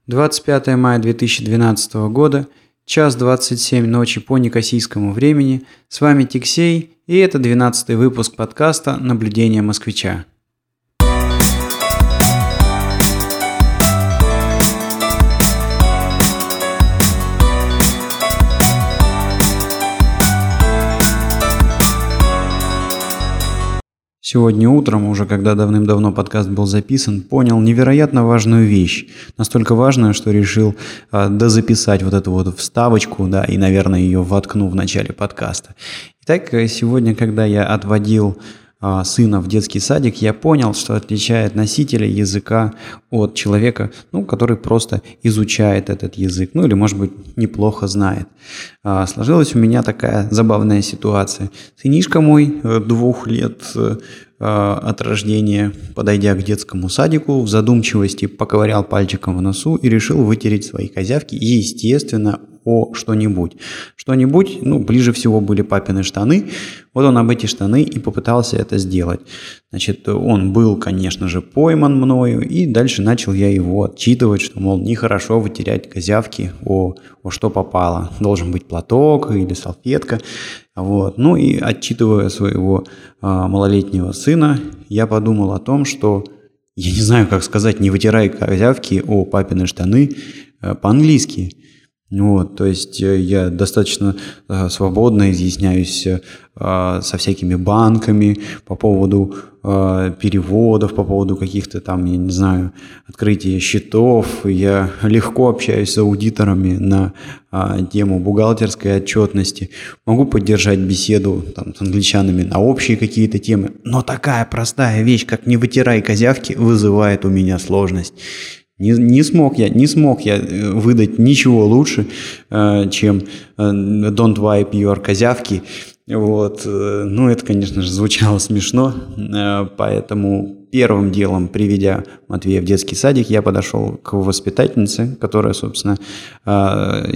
25 мая 2012 года, час 27 ночи по некосийскому времени. С вами Тиксей, и это 12-й выпуск подкаста «Наблюдение москвича». Сегодня утром, уже когда давным-давно подкаст был записан, понял невероятно важную вещь. Настолько важную, что решил дозаписать вот эту вот вставочку, да, и, наверное, ее воткну в начале подкаста. Итак, сегодня, когда я отводил сына в детский садик, я понял, что отличает носителя языка от человека, который просто изучает этот язык, или, может быть, неплохо знает. Сложилась у меня такая забавная ситуация. Сынишка мой 2 лет от рождения, подойдя к детскому садику, в задумчивости поковырял пальчиком в носу и решил вытереть свои козявки, естественно, о что-нибудь. Что-нибудь, ближе всего были папины штаны. Вот он об эти штаны и попытался это сделать. Значит, он был, конечно же, пойман мною, и дальше начал я его отчитывать, что, мол, нехорошо вытерять козявки о что попало. Должен быть платок или салфетка. Вот. И отчитывая своего малолетнего сына, я подумал о том, что, я не знаю, как сказать, не вытирай козявки о папины штаны по-английски. То есть я достаточно свободно изъясняюсь со всякими банками по поводу переводов, по поводу каких-то там, я не знаю, открытия счетов. Я легко общаюсь с аудиторами на тему бухгалтерской отчетности. Могу поддержать беседу с англичанами на общие какие-то темы. Но такая простая вещь, как «не вытирай козявки», вызывает у меня сложность. Не смог я выдать ничего лучше, чем «don't wipe your козявки». Это, конечно же, звучало смешно, поэтому первым делом, приведя Матвея в детский садик, я подошел к воспитательнице, которая, собственно, она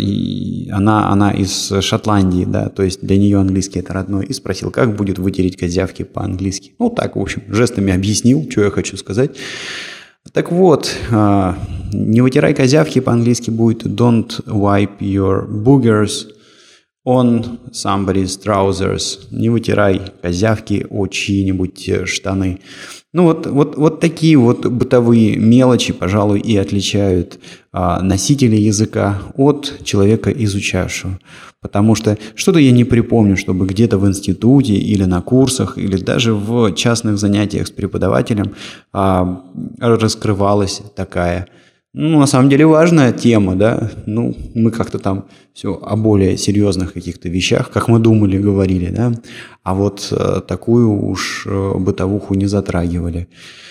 из Шотландии, да, то есть для нее английский это родной, и спросил, как будет вытереть козявки по-английски. Так, в общем, жестами объяснил, что я хочу сказать. Так вот, не вытирай козявки по-английски будет don't wipe your boogers on somebody's trousers. Не вытирай козявки о чьи-нибудь штаны. Вот такие вот бытовые мелочи, пожалуй, и отличают носителя языка от человека, изучавшего. Потому что что-то я не припомню, чтобы где-то в институте или на курсах, или даже в частных занятиях с преподавателем раскрывалась такая, на самом деле, важная тема, да. Мы как-то там все о более серьезных каких-то вещах, как мы думали, говорили, да. А вот такую уж бытовуху не затрагивали.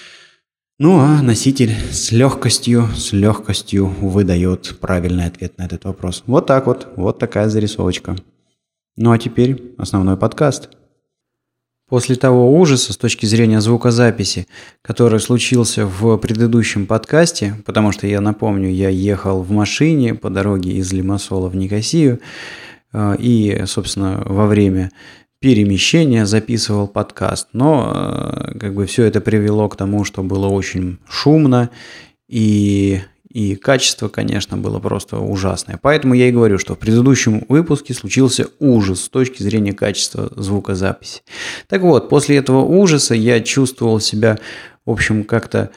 А носитель с легкостью выдает правильный ответ на этот вопрос. Вот так вот такая зарисовочка. А теперь основной подкаст. После того ужаса с точки зрения звукозаписи, который случился в предыдущем подкасте, потому что, я напомню, я ехал в машине по дороге из Лимассола в Никосию и, собственно, во время перемещения записывал подкаст. Но все это привело к тому, что было очень шумно, и качество, конечно, было просто ужасное. Поэтому я и говорю, что в предыдущем выпуске случился ужас с точки зрения качества звукозаписи. Так вот, после этого ужаса я чувствовал себя, в общем, как-то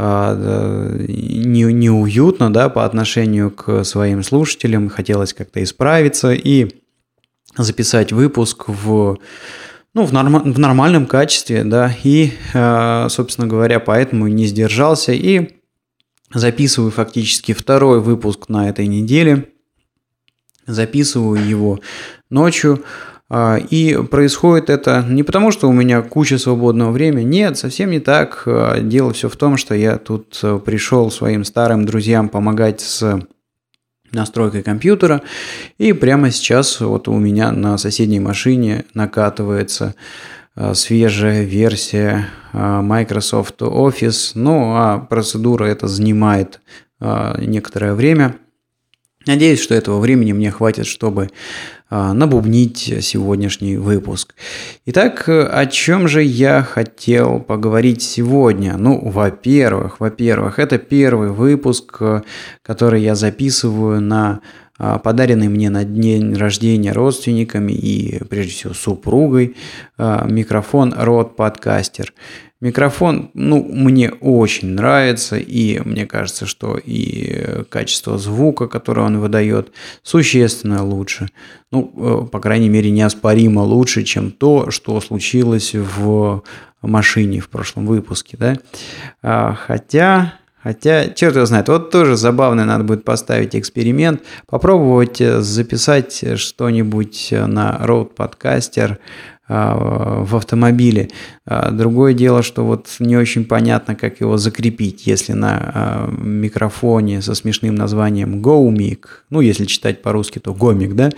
неуютно, да, по отношению к своим слушателям. Хотелось как-то исправиться и записать выпуск в нормальном качестве, да, и, собственно говоря, поэтому не сдержался и записываю фактически 2-й выпуск на этой неделе, записываю его ночью, и происходит это не потому, что у меня куча свободного времени, нет, совсем не так. Дело все в том, что я тут пришел своим старым друзьям помогать с настройкой компьютера, и прямо сейчас вот у меня на соседней машине накатывается свежая версия Microsoft Office, а процедура эта занимает некоторое время. Надеюсь, что этого времени мне хватит, чтобы набубнить сегодняшний выпуск. Итак, о чем же я хотел поговорить сегодня? Ну, во-первых, это первый выпуск, который я записываю на подаренный мне на день рождения родственниками и, прежде всего, супругой микрофон Rode Podcaster. Микрофон, мне очень нравится, и мне кажется, что и качество звука, которое он выдает, существенно лучше. По крайней мере, неоспоримо лучше, чем то, что случилось в машине в прошлом выпуске, да? Хотя, черт его знает, вот тоже забавно, надо будет поставить эксперимент, попробовать записать что-нибудь на Rode Podcaster в автомобиле. Другое дело, что вот не очень понятно, как его закрепить, если на микрофоне со смешным названием GoMic, если читать по-русски, то GoMic, да,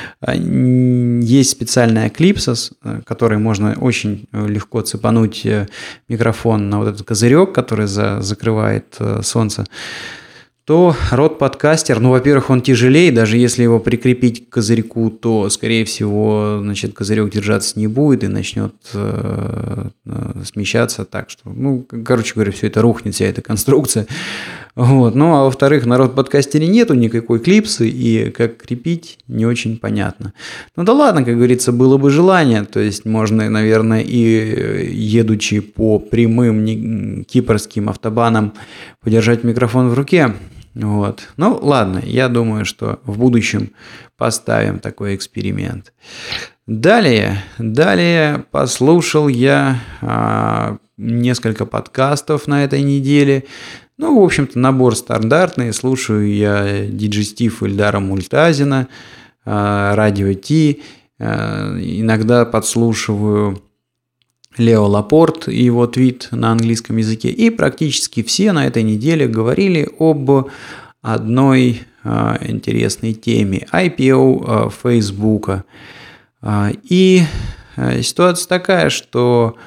есть специальная клипса, которой можно очень легко цепануть микрофон на вот этот козырек, который закрывает солнце, то Rode Podcaster, во-первых, он тяжелее, даже если его прикрепить к козырьку, то, скорее всего, козырек держаться не будет и начнет смещаться так, что, короче говоря, все это рухнет, вся эта конструкция. Вот. А во-вторых, на Rode Podcaster нету никакой клипсы, и как крепить, не очень понятно. Да ладно, как говорится, было бы желание, то есть можно, наверное, и едучи по прямым кипрским автобанам подержать микрофон в руке. Вот. Ладно, я думаю, что в будущем поставим такой эксперимент. Далее послушал я несколько подкастов на этой неделе. В общем-то, набор стандартный. Слушаю я Диджестив Ильдара Мультазина, Радио Ти. Иногда подслушиваю Лео Лапорт и его твит на английском языке. И практически все на этой неделе говорили об одной интересной теме – IPO Фейсбука. И ситуация такая, что,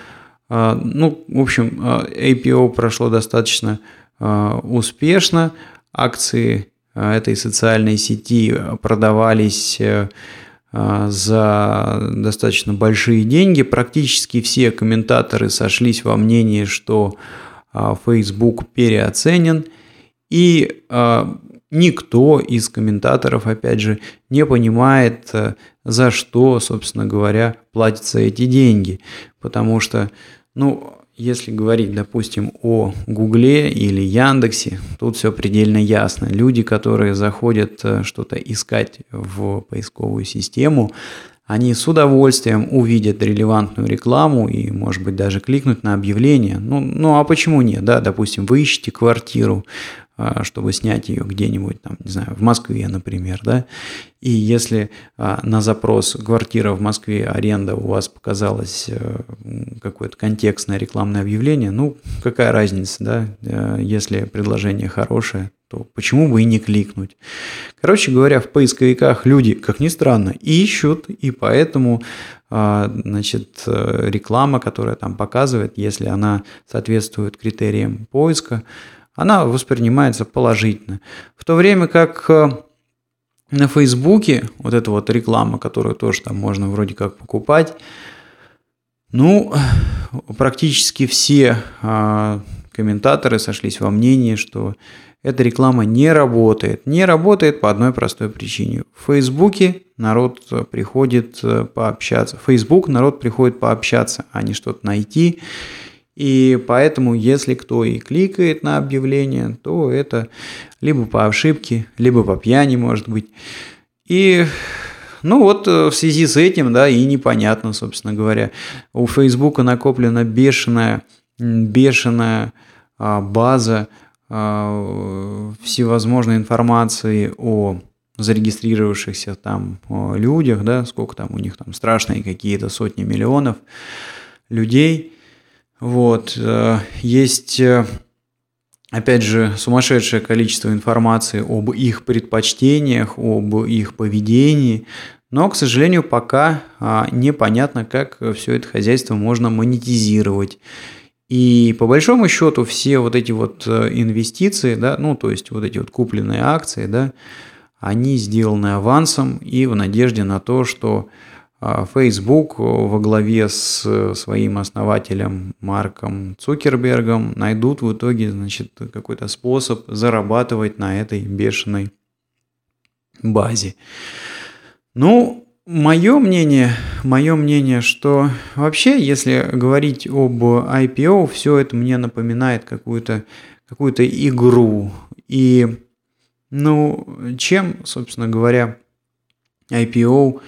IPO прошло достаточно успешно. Акции этой социальной сети продавались за достаточно большие деньги. Практически все комментаторы сошлись во мнении, что Facebook переоценен. И никто из комментаторов, опять же, не понимает, за что, собственно говоря, платятся эти деньги. Потому что, если говорить, допустим, о Гугле или Яндексе, тут все предельно ясно. Люди, которые заходят что-то искать в поисковую систему, они с удовольствием увидят релевантную рекламу и, может быть, даже кликнут на объявление. А почему нет? Да, допустим, вы ищете квартиру, чтобы снять ее где-нибудь, в Москве, например, да, и если на запрос «квартира в Москве, аренда» у вас показалось какое-то контекстное рекламное объявление, какая разница, да, если предложение хорошее, то почему бы и не кликнуть? Короче говоря, в поисковиках люди, как ни странно, ищут, и поэтому, реклама, которая там показывает, если она соответствует критериям поиска, она воспринимается положительно. В то время как на Фейсбуке вот эта вот реклама, которую тоже там можно вроде как покупать, практически все комментаторы сошлись во мнении, что эта реклама не работает. Не работает по одной простой причине. В Фейсбуке народ приходит пообщаться. народ приходит пообщаться, а не что-то найти. И поэтому, если кто и кликает на объявление, то это либо по ошибке, либо по пьяни, может быть. И, в связи с этим, да, и непонятно, собственно говоря. У Фейсбука накоплена бешеная база всевозможной информации о зарегистрировавшихся там людях, да, сколько там у них там страшные какие-то сотни миллионов людей. Вот, есть, опять же, сумасшедшее количество информации об их предпочтениях, об их поведении, но, к сожалению, пока непонятно, как все это хозяйство можно монетизировать. И по большому счету все вот эти вот инвестиции, да, то есть вот эти вот купленные акции, да, они сделаны авансом и в надежде на то, что Facebook во главе с своим основателем Марком Цукербергом найдут в итоге, значит, какой-то способ зарабатывать на этой бешеной базе. Ну, мое мнение, что вообще, если говорить об IPO, все это мне напоминает какую-то игру. И, чем, собственно говоря, IPO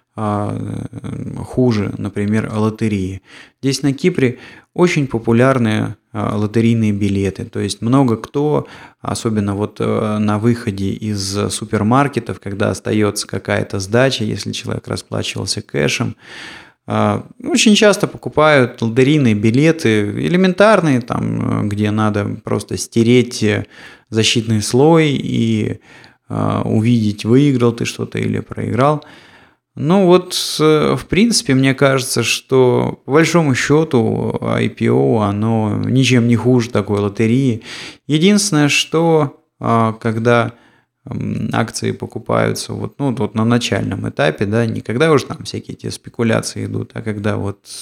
хуже, например, лотереи. Здесь на Кипре очень популярные лотерейные билеты. То есть много кто, особенно вот на выходе из супермаркетов, когда остается какая-то сдача, если человек расплачивался кэшем, очень часто покупают лотерейные билеты, элементарные, там, где надо просто стереть защитный слой и увидеть, выиграл ты что-то или проиграл. В принципе, мне кажется, что по большому счету IPO, оно ничем не хуже такой лотереи. Единственное, что когда акции покупаются на начальном этапе, да, не когда уже там всякие эти спекуляции идут, а когда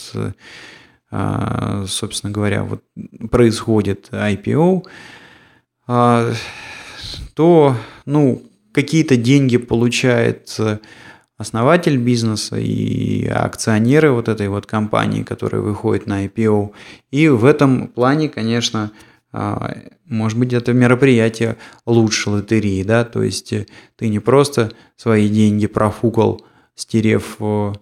собственно говоря, происходит IPO, то, какие-то деньги получает основатель бизнеса и акционеры вот этой вот компании, которая выходит на IPO. И в этом плане, конечно, может быть, это мероприятие лучше лотереи, да, то есть ты не просто свои деньги профукал, стерев,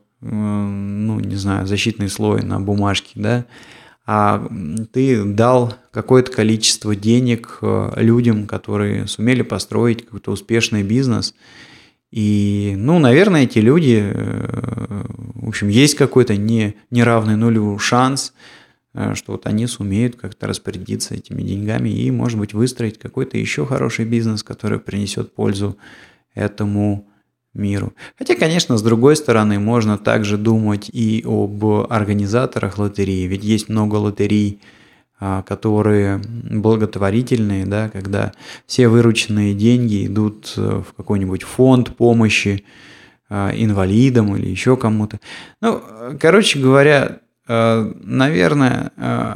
защитный слой на бумажке, да, а ты дал какое-то количество денег людям, которые сумели построить какой-то успешный бизнес. И, наверное, эти люди, в общем, есть какой-то неравный нулю шанс, что они сумеют как-то распорядиться этими деньгами и, может быть, выстроить какой-то еще хороший бизнес, который принесет пользу этому миру. Хотя, конечно, с другой стороны, можно также думать и об организаторах лотереи, ведь есть много лотерей, которые благотворительные, да, когда все вырученные деньги идут в какой-нибудь фонд помощи инвалидам или еще кому-то. Короче говоря, наверное,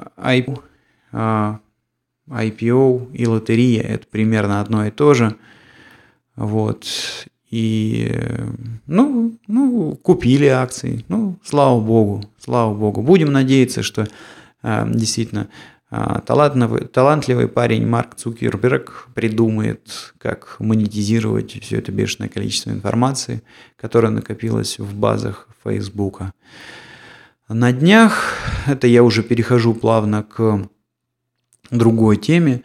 IPO и лотерея – это примерно одно и то же. И, купили акции. Слава богу. Будем надеяться, что действительно талантливый парень Марк Цукерберг придумает, как монетизировать все это бешеное количество информации, которое накопилось в базах Фейсбука. На днях, это я уже перехожу плавно к другой теме,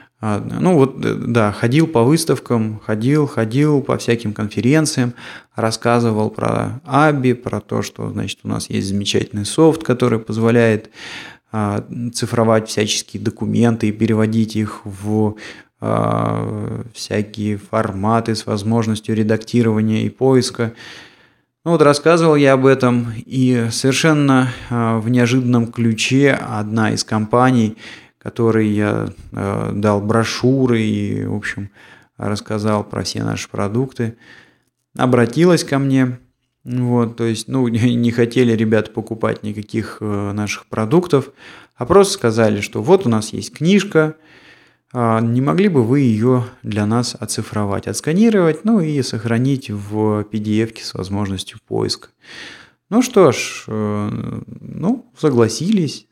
ходил по выставкам, ходил по всяким конференциям, рассказывал про ABI, про то, что, значит, у нас есть замечательный софт, который позволяет цифровать всяческие документы и переводить их в всякие форматы с возможностью редактирования и поиска. Рассказывал я об этом, и совершенно в неожиданном ключе одна из компаний, которой я дал брошюры и, в общем, рассказал про все наши продукты, обратилась ко мне. То есть, не хотели ребята покупать никаких наших продуктов, а просто сказали, что вот у нас есть книжка, не могли бы вы ее для нас оцифровать, отсканировать, и сохранить в PDF-ке с возможностью поиска. Согласились.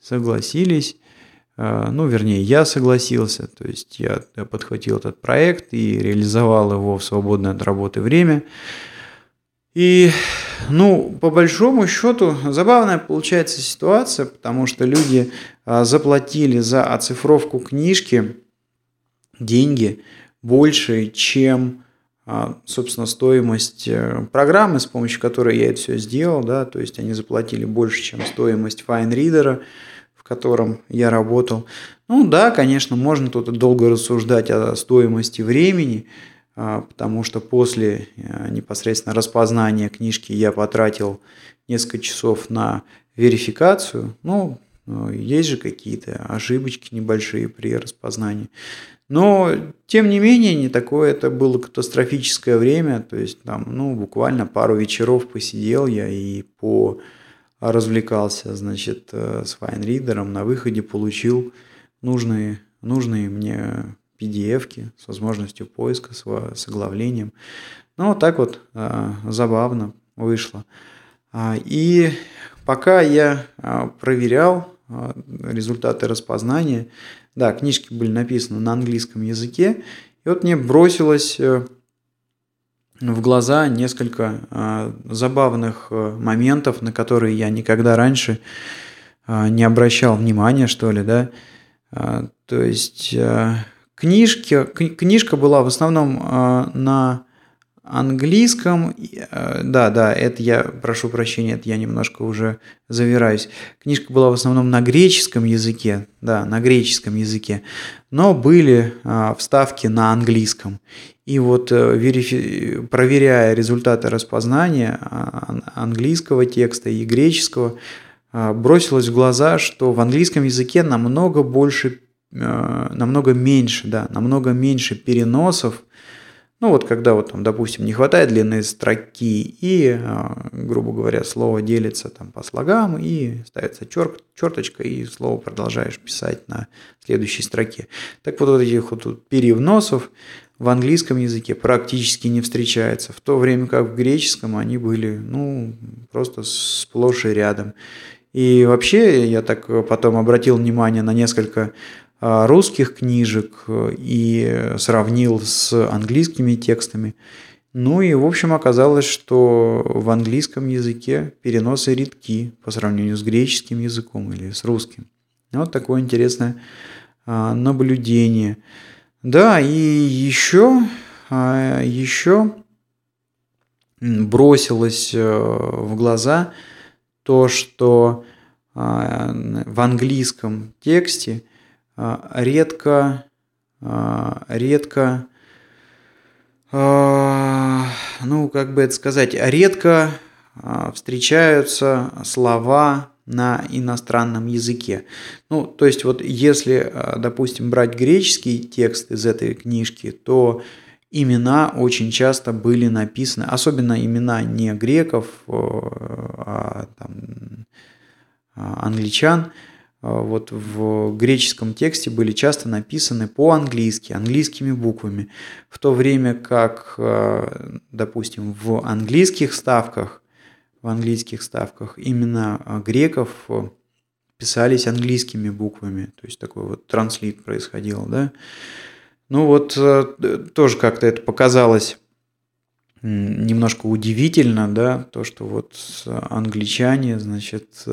Я согласился, то есть я подхватил этот проект и реализовал его в свободное от работы время. И, по большому счету, забавная получается ситуация, потому что люди заплатили за оцифровку книжки деньги больше, чем, собственно, стоимость программы, с помощью которой я это все сделал, да, то есть они заплатили больше, чем стоимость FineReader, в котором я работал. Конечно, можно тут долго рассуждать о стоимости времени, потому что после непосредственно распознания книжки я потратил несколько часов на верификацию. есть же какие-то ошибочки небольшие при распознании. Но, тем не менее, не такое это было катастрофическое время. То есть, там, буквально пару вечеров посидел я и развлекался, значит, с файнридером. На выходе получил нужные мне PDF-ки с возможностью поиска, с оглавлением. Вот так вот забавно вышло. И пока я проверял результаты распознания, да, книжки были написаны на английском языке, и вот мне бросилось в глаза несколько забавных моментов, на которые я никогда раньше не обращал внимания, что ли, да. То есть книжка была в основном на английском, да, это я, прошу прощения, это я немножко уже завираюсь. Книжка была в основном на греческом языке, да, на греческом языке, но были вставки на английском. И вот проверяя результаты распознания английского текста и греческого, бросилось в глаза, что в английском языке намного меньше переносов. Когда допустим, не хватает длины строки и, грубо говоря, слово делится по слогам и ставится черточка, и слово продолжаешь писать на следующей строке. Так вот этих перевносов в английском языке практически не встречается, в то время как в греческом они были, просто сплошь и рядом. И вообще я так потом обратил внимание на несколько русских книжек и сравнил с английскими текстами. И, в общем, оказалось, что в английском языке переносы редки по сравнению с греческим языком или с русским. Вот такое интересное наблюдение. Да, и еще бросилось в глаза то, что в английском тексте редко встречаются слова на иностранном языке. То есть если, допустим, брать греческий текст из этой книжки, то имена очень часто были написаны, особенно имена не греков, а англичан, в греческом тексте были часто написаны по-английски, английскими буквами, в то время как, допустим, в английских ставках имена греков писались английскими буквами, то есть такой транслит происходил, да. Тоже как-то это показалось немножко удивительно, да, то, что англичане, значит,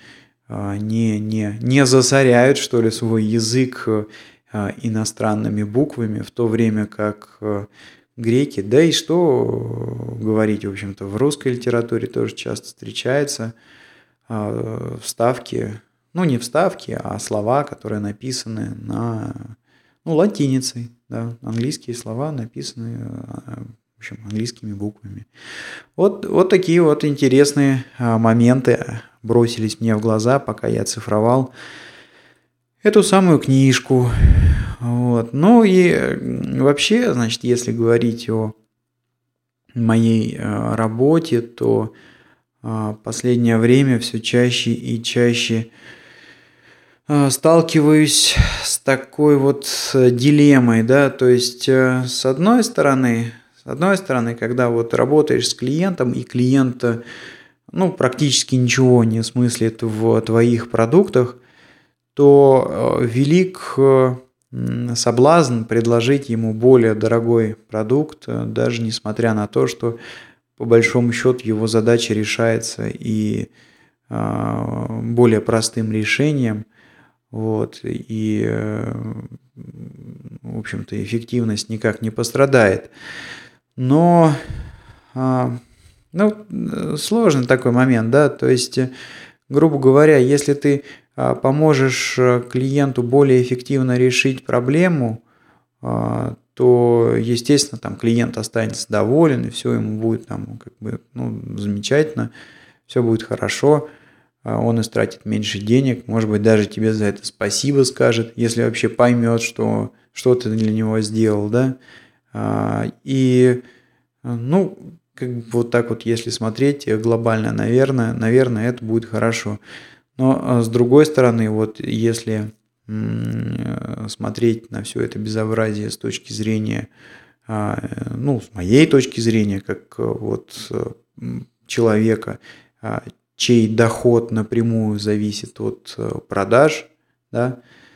не засоряют, что ли, свой язык иностранными буквами, в то время как греки, да и что говорить, в общем-то, в русской литературе тоже часто встречается вставки, не вставки, а слова, которые написаны на латиницей, да, английские слова написаны, в общем, английскими буквами. Вот такие интересные моменты бросились мне в глаза, пока я цифровал эту самую книжку. И вообще, значит, если говорить о моей работе, то последнее время все чаще и чаще сталкиваюсь с такой дилеммой, да, то есть с одной стороны, когда работаешь с клиентом, и клиент практически ничего не смыслит в твоих продуктах, то велик соблазн предложить ему более дорогой продукт, даже несмотря на то, что по большому счету его задача решается и более простым решением, и, в общем-то, эффективность никак не пострадает. Но сложный такой момент, да, то есть, грубо говоря, если ты поможешь клиенту более эффективно решить проблему, то, естественно, клиент останется доволен, и все ему будет замечательно, все будет хорошо. он истратит меньше денег, может быть, даже тебе за это спасибо скажет, если вообще поймет, что ты для него сделал, да. И, ну, как бы вот так вот, если смотреть глобально, наверное, это будет хорошо. Но с другой стороны, вот если смотреть на все это безобразие с точки зрения, с моей точки зрения, как вот человека, чей доход напрямую зависит от продаж, да,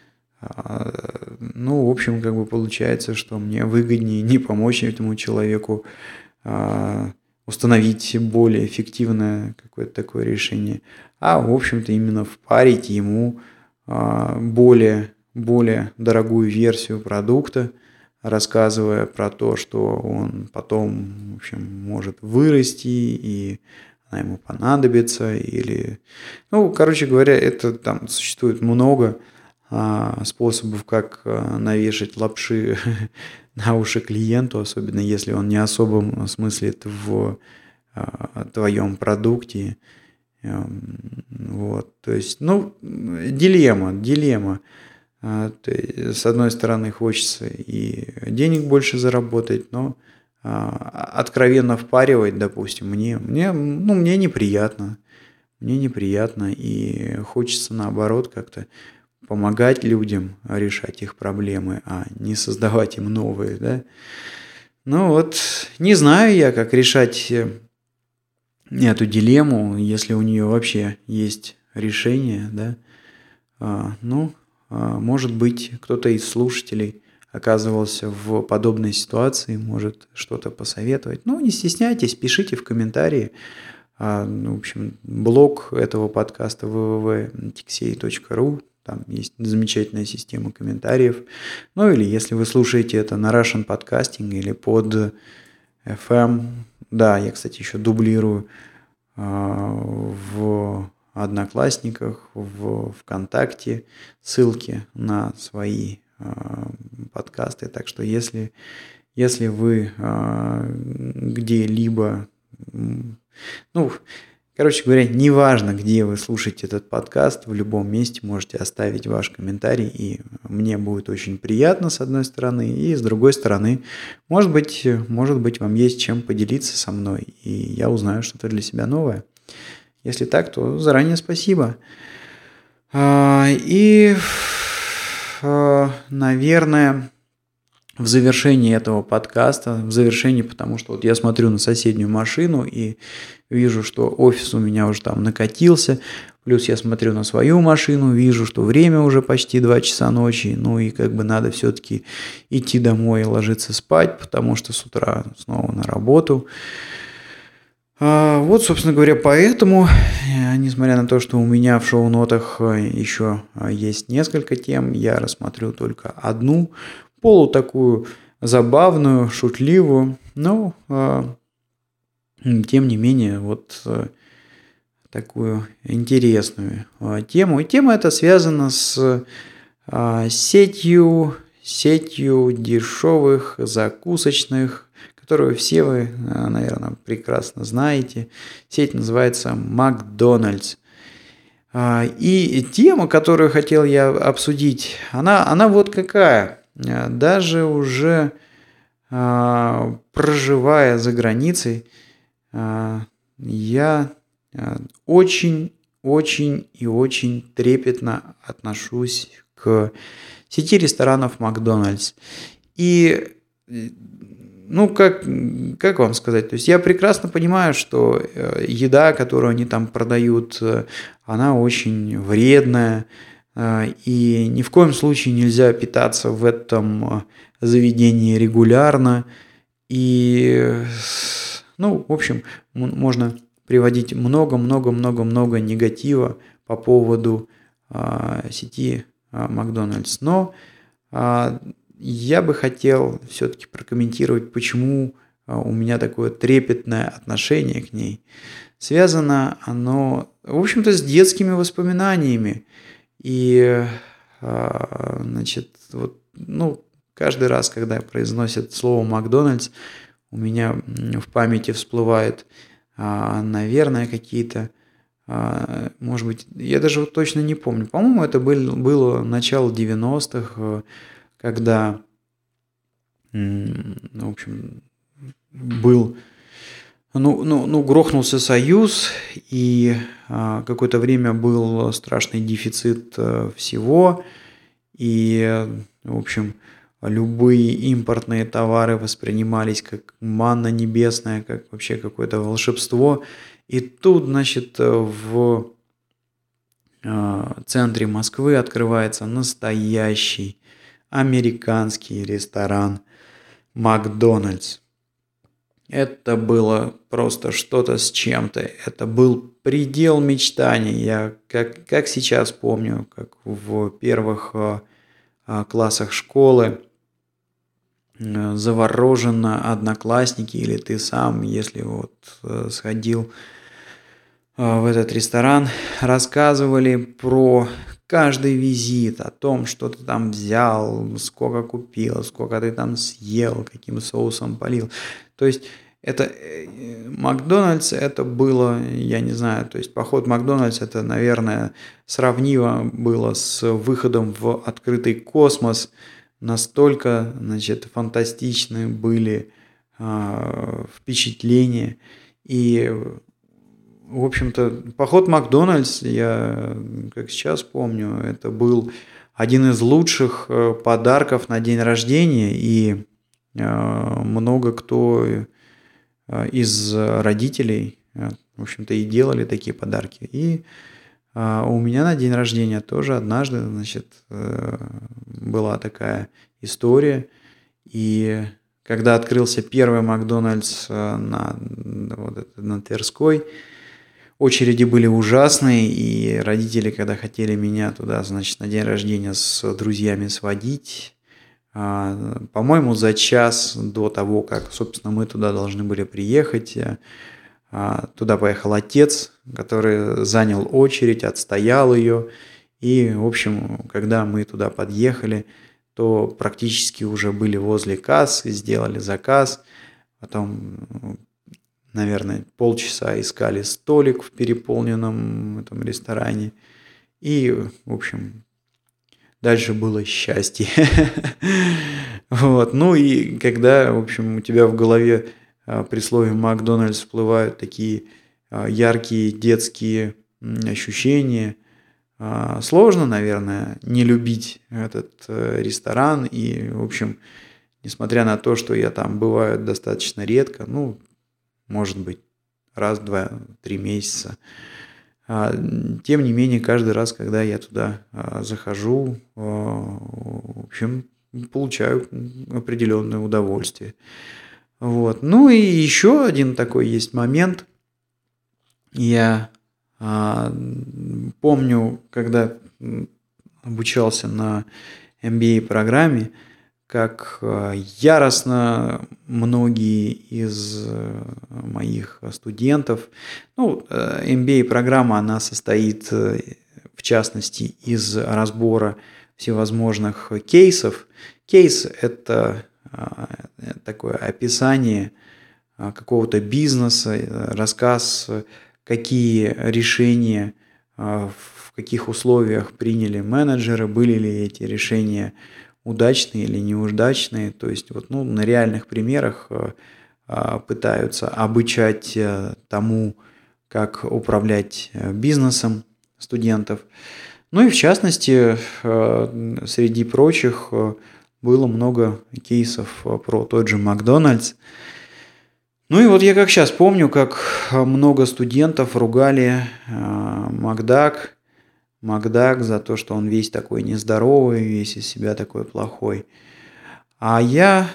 в общем, как бы получается, что мне выгоднее не помочь этому человеку установить более эффективное какое-то такое решение, а, в общем-то, именно впарить ему более дорогую версию продукта, рассказывая про то, что он потом, в общем, может вырасти и она ему понадобится, или, короче говоря, это там существует много способов, как навешать лапши на уши клиенту, особенно если он не особо смыслит в твоем продукте. Вот, то есть, дилемма. С одной стороны, хочется и денег больше заработать, но откровенно впаривать, допустим, мне неприятно. Мне неприятно, и хочется, наоборот, как-то помогать людям решать их проблемы, а не создавать им новые, да. Не знаю я, как решать эту дилемму, если у нее вообще есть решение, да. Может быть, кто-то из слушателей оказывался в подобной ситуации, может что-то посоветовать. Не стесняйтесь, пишите в комментарии. В общем, блог этого подкаста www.tixey.ru, там есть замечательная система комментариев. Или если вы слушаете это на Russian Podcasting или под FM, да, я, кстати, еще дублирую в Одноклассниках, в ВКонтакте ссылки на свои подкасты. Так что если вы где-либо, короче говоря, неважно, где вы слушаете этот подкаст, в любом месте можете оставить ваш комментарий, и мне будет очень приятно, с одной стороны, и с другой стороны, может быть, вам есть чем поделиться со мной, и я узнаю что-то для себя новое. Если так, то заранее спасибо. И, наверное, в завершении этого подкаста, потому что вот я смотрю на соседнюю машину и вижу, что офис у меня уже там накатился, плюс я смотрю на свою машину, вижу, что время уже почти 2 часа ночи, и как бы надо все-таки идти домой и ложиться спать, потому что с утра снова на работу. Вот, собственно говоря, поэтому, несмотря на то, что у меня в шоу-нотах еще есть несколько тем, я рассмотрю только одну, такую забавную, шутливую, но, тем не менее, вот такую интересную тему. И тема эта связана с сетью дешевых закусочных, которую все вы, наверное, прекрасно знаете. Сеть называется Макдональдс. И тема, которую хотел я обсудить, она вот какая. Даже уже проживая за границей, я очень и очень трепетно отношусь к сети ресторанов Макдональдс. И как вам сказать, то есть я прекрасно понимаю, что еда, которую они там продают, она очень вредная, и ни в коем случае нельзя питаться в этом заведении регулярно. И, в общем, можно приводить много негатива по поводу сети Макдональдс. Но я бы хотел все-таки прокомментировать, почему у меня такое трепетное отношение к ней. Связано оно, в общем-то, с детскими воспоминаниями. И, каждый раз, когда произносят слово «Макдональдс», у меня в памяти всплывают, наверное, какие-то Может быть, я даже вот точно не помню. По-моему, это было начало 90-х, когда, в общем, был, грохнулся Союз, и какое-то время был страшный дефицит всего, и, в общем, любые импортные товары воспринимались как манна небесная, как вообще какое-то волшебство. И тут, значит, в центре Москвы открывается настоящий американский ресторан «Макдональдс». Это было просто что-то с чем-то. Это был предел мечтаний. Я как сейчас помню, как в первых классах школы завороженно одноклассники или ты сам, если вот сходил в этот ресторан, рассказывали про каждый визит, о том, что ты там взял, сколько купил, сколько ты там съел, каким соусом полил. То есть это Макдональдс, это было, я не знаю, то есть поход в Макдональдс, это, наверное, сравнимо было с выходом в открытый космос. Настолько, значит, фантастичны были впечатления. И, в общем-то, поход в Макдональдс, я как сейчас помню, это был один из лучших подарков на день рождения. И много кто из родителей, в общем-то, и делали такие подарки. И у меня на день рождения тоже однажды, значит, была такая история. И когда открылся первый Макдональдс на Тверской, очереди были ужасные, и родители, когда хотели меня туда, значит, на день рождения с друзьями сводить, по-моему, за час до того, как, собственно, мы туда должны были приехать, туда поехал отец, который занял очередь, отстоял ее. И, в общем, когда мы туда подъехали, то практически уже были возле кассы, сделали заказ. Потом, наверное, полчаса искали столик в переполненном этом ресторане. И, в общем, дальше было счастье. Вот. Ну и когда, в общем, у тебя в голове при слове «Макдональдс» всплывают такие яркие детские ощущения, сложно, наверное, не любить этот ресторан. И, в общем, несмотря на то, что я там бываю достаточно редко, может быть, раз, два, 3 месяца, тем не менее, каждый раз, когда я туда захожу, в общем, получаю определенное удовольствие. Вот. Ну и еще один такой есть момент. Я помню, когда обучался на MBA-программе, как яростно многие из моих студентов, MBA-программа, она состоит, в частности, из разбора всевозможных кейсов. Кейс – это такое описание какого-то бизнеса, рассказ, какие решения в каких условиях приняли менеджеры, были ли эти решения удачные или неудачные. То есть на реальных примерах пытаются обучать тому, как управлять бизнесом студентов. Ну и в частности, среди прочих, было много кейсов про тот же Макдональдс. Ну и вот я как сейчас помню, как много студентов ругали Макдак за то, что он весь такой нездоровый, весь из себя такой плохой. А я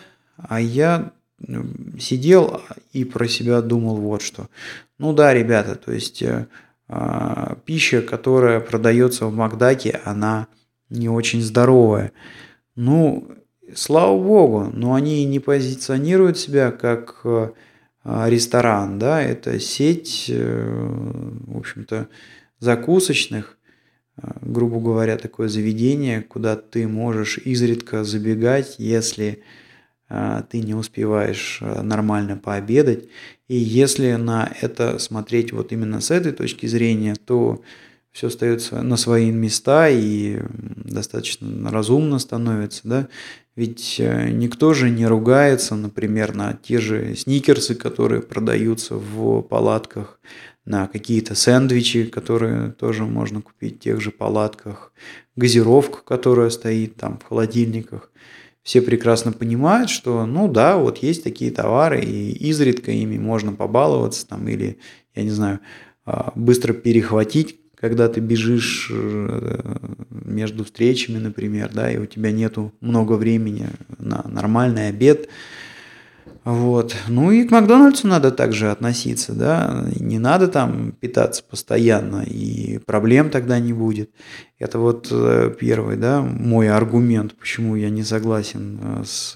сидел и про себя думал вот что. Ну да, ребята, то есть пища, которая продается в Макдаке, она не очень здоровая. Слава богу, но они не позиционируют себя как ресторан, да, это сеть, в общем-то, закусочных, грубо говоря, такое заведение, куда ты можешь изредка забегать, если ты не успеваешь нормально пообедать. И если на это смотреть вот именно с этой точки зрения, то все остается на свои места и достаточно разумно становится, да. Ведь никто же не ругается, например, на те же сникерсы, которые продаются в палатках, на какие-то сэндвичи, которые тоже можно купить в тех же палатках, газировку, которая стоит там в холодильниках. Все прекрасно понимают, что, ну да, вот есть такие товары, и изредка ими можно побаловаться там, или, я не знаю, быстро перехватить, когда ты бежишь между встречами, например, да, и у тебя нету много времени на нормальный обед. Вот. Ну и к Макдональдсу надо также относиться, да, не надо там питаться постоянно, и проблем тогда не будет. Это вот первый, да, мой аргумент, почему я не согласен с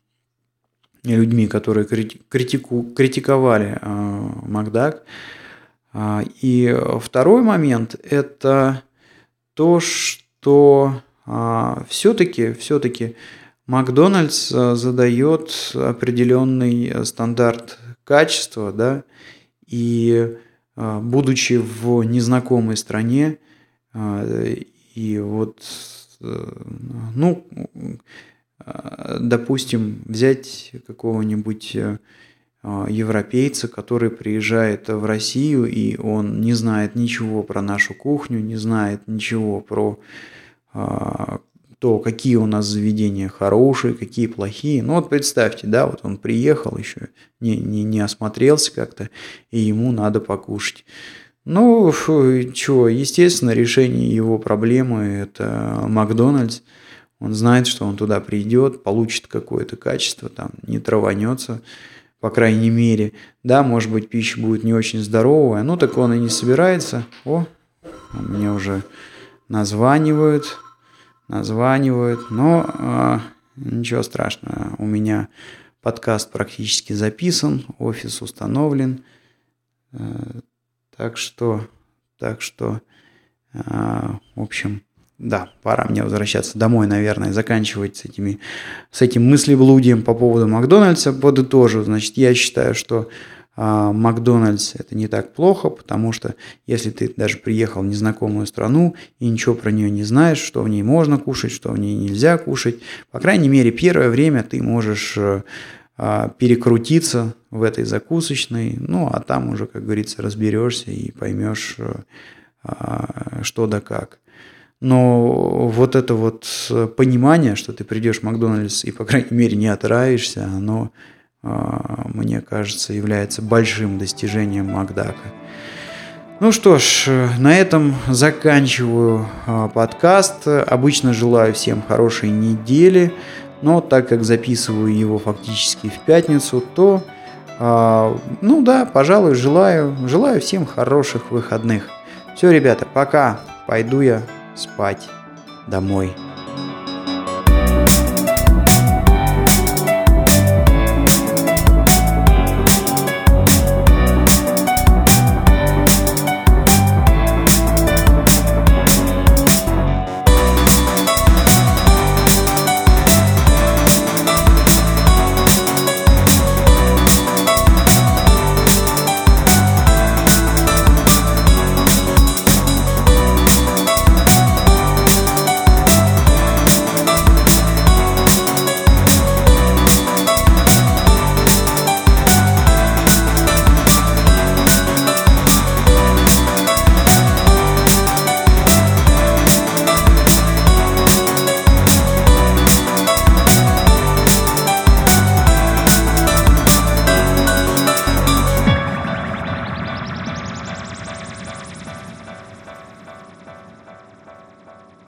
людьми, которые критиковали Макдак. И второй момент – это то, что все-таки Макдональдс задает определенный стандарт качества, да, и будучи в незнакомой стране, и вот, ну, допустим, взять какого-нибудь европейца, который приезжает в Россию, и он не знает ничего про нашу кухню, не знает ничего про то, какие у нас заведения хорошие, какие плохие. Ну вот представьте, да, вот он приехал еще, не осмотрелся как-то, и ему надо покушать. Ну, чего, естественно, решение его проблемы – это Макдональдс. Он знает, что он туда придет, получит какое-то качество, там, не траванется, по крайней мере. Да, может быть, пища будет не очень здоровая, ну так он и не собирается. О, мне уже названивают, но ничего страшного. У меня подкаст практически записан, офис установлен. Так что, в общем, да, пора мне возвращаться домой, наверное, заканчивать с этим мыслеблудием по поводу Макдональдса. Подытожу, значит, я считаю, что Макдональдс это не так плохо, потому что если ты даже приехал в незнакомую страну и ничего про нее не знаешь, что в ней можно кушать, что в ней нельзя кушать, по крайней мере, первое время ты можешь перекрутиться в этой закусочной, ну, а там уже, как говорится, разберешься и поймешь, что да как. Но вот это вот понимание, что ты придешь в Макдональдс и, по крайней мере, не отравишься, оно, мне кажется, является большим достижением Макдака. Ну что ж, на этом заканчиваю подкаст. Обычно желаю всем хорошей недели, но так как записываю его фактически в пятницу, то, ну да, пожалуй, желаю всем хороших выходных. Все, ребята, пока. Пойду я спать домой.